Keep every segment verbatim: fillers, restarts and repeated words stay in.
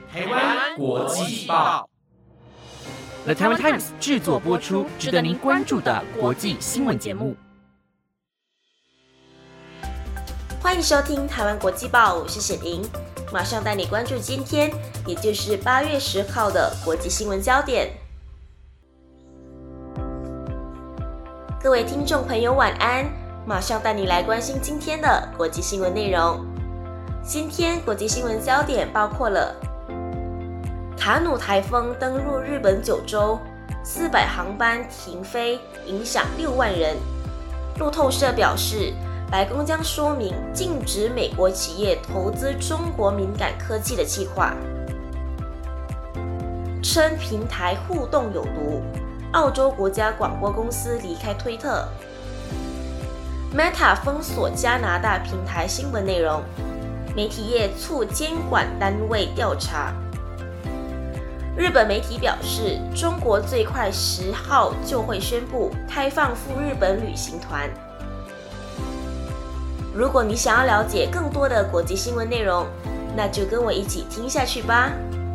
台湾国际报 The Taiwan Times 制作播出，值得您关注的国际新闻节目。 欢迎收听台湾国际报，我是沈莹，马上带你关注今天，也就是八月十号的国际新闻焦点。各位听众朋友晚安，马上带你来关心今天的国际新闻内容。今天国际新闻焦点包括了卡努台风登陆日本九州，四百航班停飞，影响六万人。路透社表示，白宫将说明禁止美国企业投资中国敏感科技的计划。称平台互动有毒，澳洲国家广播公司离开推特。Meta 封锁加拿大平台新闻内容，媒体业促监管单位调查。日本媒体表示，中国最快十号就会宣布开放赴日本旅行团。如果你想要了解更多的国际新闻内容，那就跟我一起听下去吧。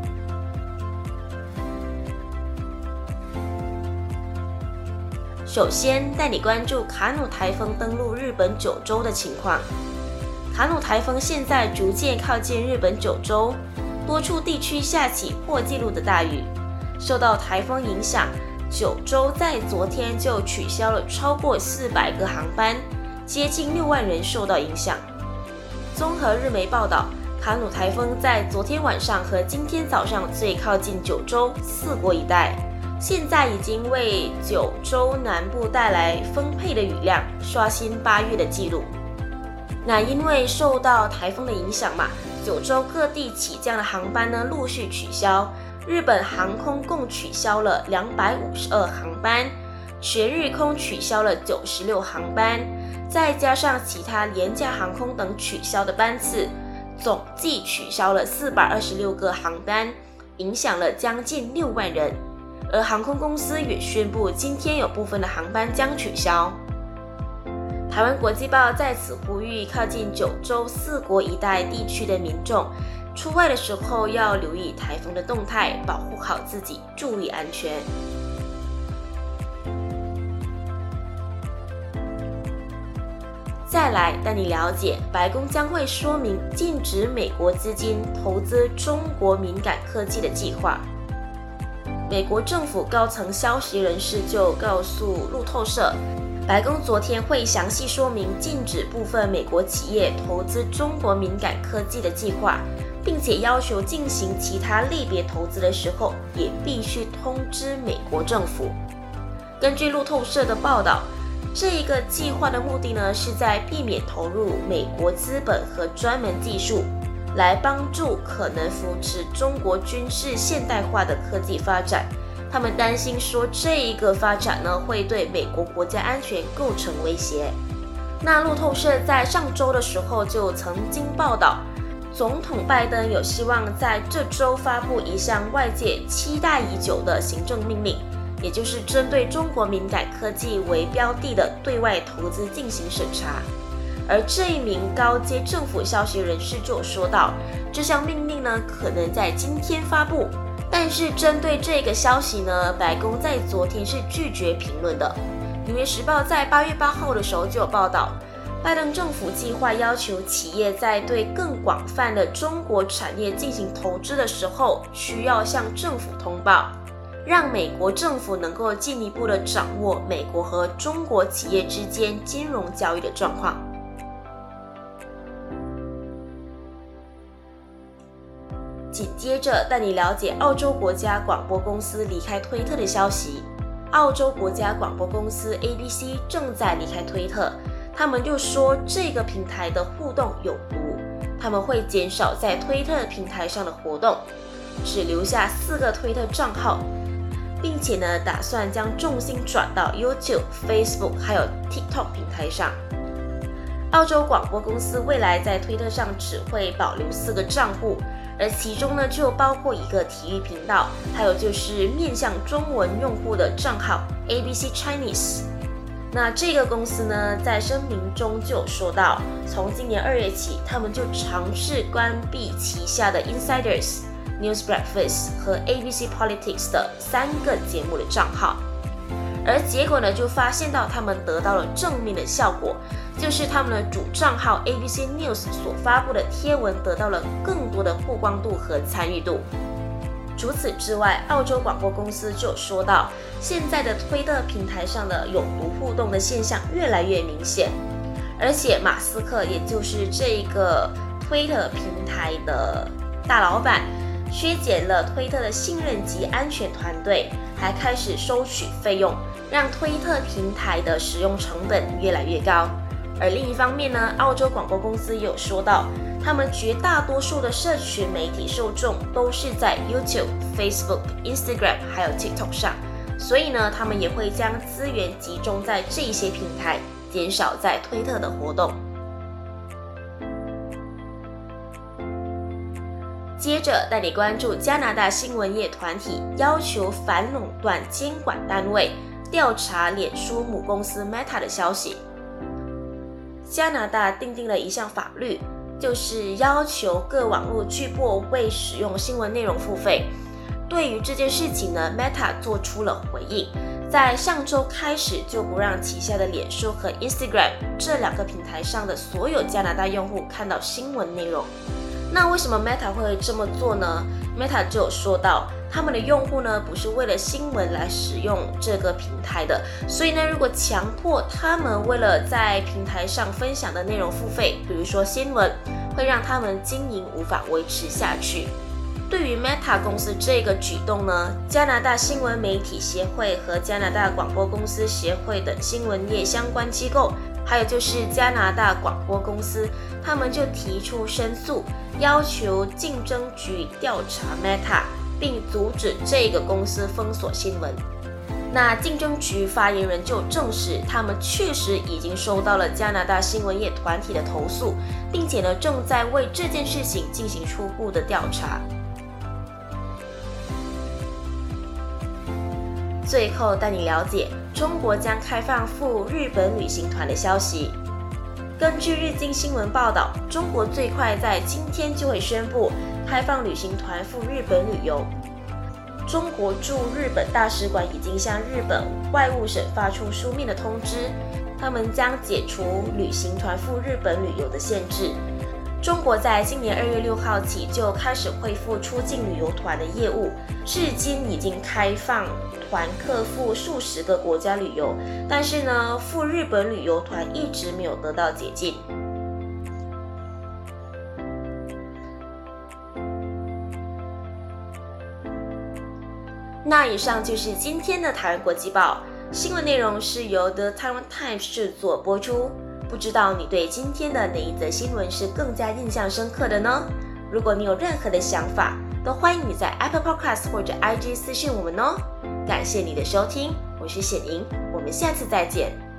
首先带你关注卡努台风登陆日本九州的情况。卡努台风现在逐渐靠近日本九州，多处地区下起破纪录的大雨。受到台风影响，九州在昨天就取消了超过四百个航班，接近六万人受到影响。综合日媒报道，卡努台风在昨天晚上和今天早上最靠近九州四国一带，现在已经为九州南部带来丰沛的雨量，刷新八月的纪录。那因为受到台风的影响嘛，九州各地起降的航班呢陆续取消，日本航空共取消了两百五十二航班，全日空取消了九十六航班，再加上其他廉价航空等取消的班次，总计取消了四百二十六个航班，影响了将近六万人。而航空公司也宣布，今天有部分的航班将取消。台湾国际报在此呼吁靠近九州四国一带地区的民众，出外的时候要留意台风的动态，保护好自己，注意安全。再来带你了解，白宫将会说明禁止美国资金投资中国敏感科技的计划。美国政府高层消息人士就告诉路透社，白宫昨天会详细说明禁止部分美国企业投资中国敏感科技的计划，并且要求进行其他类别投资的时候，也必须通知美国政府。根据路透社的报道，这一个计划的目的呢，是在避免投入美国资本和专门技术，来帮助可能扶持中国军事现代化的科技发展。他们担心说，这一个发展呢，会对美国国家安全构成威胁。那路透社在上周的时候就曾经报道，总统拜登有希望在这周发布一项外界期待已久的行政命令，也就是针对中国敏感科技为标的的对外投资进行审查。而这一名高阶政府消息人士就说到，这项命令呢可能在今天发布，但是针对这个消息呢，白宫在昨天是拒绝评论的。纽约时报在八月八号的时候就有报道，拜登政府计划要求企业在对更广泛的中国产业进行投资的时候，需要向政府通报，让美国政府能够进一步的掌握美国和中国企业之间金融交易的状况。紧接着带你了解澳洲国家广播公司离开推特的消息。澳洲国家广播公司 A B C 正在离开推特，他们就说这个平台的互动有毒，他们会减少在推特平台上的活动，只留下四个推特账号，并且呢打算将重心转到 YouTube、Facebook 还有 TikTok 平台上。澳洲广播公司未来在推特上只会保留四个账户，而其中呢就包括一个体育频道，还有就是面向中文用户的账号 A B C Chinese。 那这个公司呢在声明中就有说到，从今年二月起他们就尝试关闭旗下的 Insiders， News Breakfast 和 A B C Politics 的三个节目的账号。而结果呢，就发现到他们得到了正面的效果，就是他们的主账号 A B C News 所发布的贴文得到了更多的曝光度和参与度。除此之外，澳洲广播公司就有说到，现在的推特平台上的有毒互动的现象越来越明显，而且马斯克也就是这个推特平台的大老板，削减了推特的信任及安全团队，还开始收取费用，让推特平台的使用成本越来越高。而另一方面呢，澳洲广播公司也有说到，他们绝大多数的社群媒体受众都是在 YouTube、Facebook、Instagram 还有 TikTok 上，所以呢，他们也会将资源集中在这些平台，减少在推特的活动。接着带你关注加拿大新闻业团体要求反垄断监管单位调查脸书母公司 Meta 的消息。加拿大订定了一项法律，就是要求各网络巨擘为使用新闻内容付费。对于这件事情呢 ，Meta 做出了回应，在上周开始就不让旗下的脸书和 Instagram 这两个平台上的所有加拿大用户看到新闻内容。那为什么 Meta 会这么做呢？ Meta 就有说到，他们的用户呢不是为了新闻来使用这个平台的，所以呢，如果强迫他们为了在平台上分享的内容付费，比如说新闻，会让他们经营无法维持下去。对于 Meta 公司这个举动呢，加拿大新闻媒体协会和加拿大广播公司协会等新闻业相关机构，还有就是加拿大广播公司，他们就提出申诉，要求竞争局调查 Meta， 并阻止这个公司封锁新闻。那竞争局发言人就证实，他们确实已经收到了加拿大新闻业团体的投诉，并且呢，正在为这件事情进行初步的调查。最后带你了解中国将开放赴日本旅行团的消息。根据日经新闻报道，中国最快在今天就会宣布开放旅行团赴日本旅游。中国驻日本大使馆已经向日本外务省发出书面的通知，他们将解除旅行团赴日本旅游的限制。中国在今年二月六号起就开始恢复出境旅游团的业务，至今已经开放团客赴数十个国家旅游，但是呢，赴日本旅游团一直没有得到解禁。那以上就是今天的台湾国际报新闻内容，是由 The Taiwan Times 制作播出。不知道你对今天的哪一则新闻是更加印象深刻的呢？如果你有任何的想法，都欢迎你在 Apple Podcast 或者 I G 私讯我们哦。感谢你的收听，我是显莹，我们下次再见。